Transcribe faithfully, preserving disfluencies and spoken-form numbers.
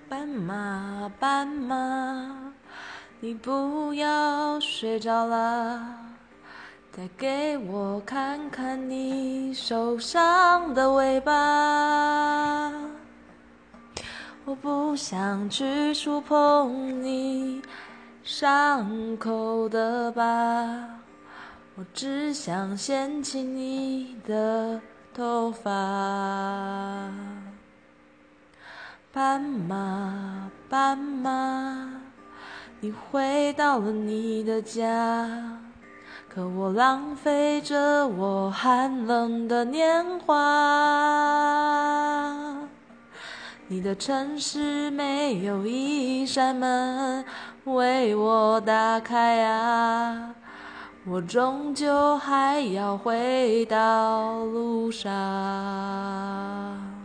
斑马，斑马，你不要睡着啦，再给我看看你受伤的尾巴。我不想去触碰你伤口的疤，我只想掀起你的头发。斑马，斑马，你回到了你的家，可我浪费着我寒冷的年华。你的城市没有一扇门为我打开啊，我终究还要回到路上。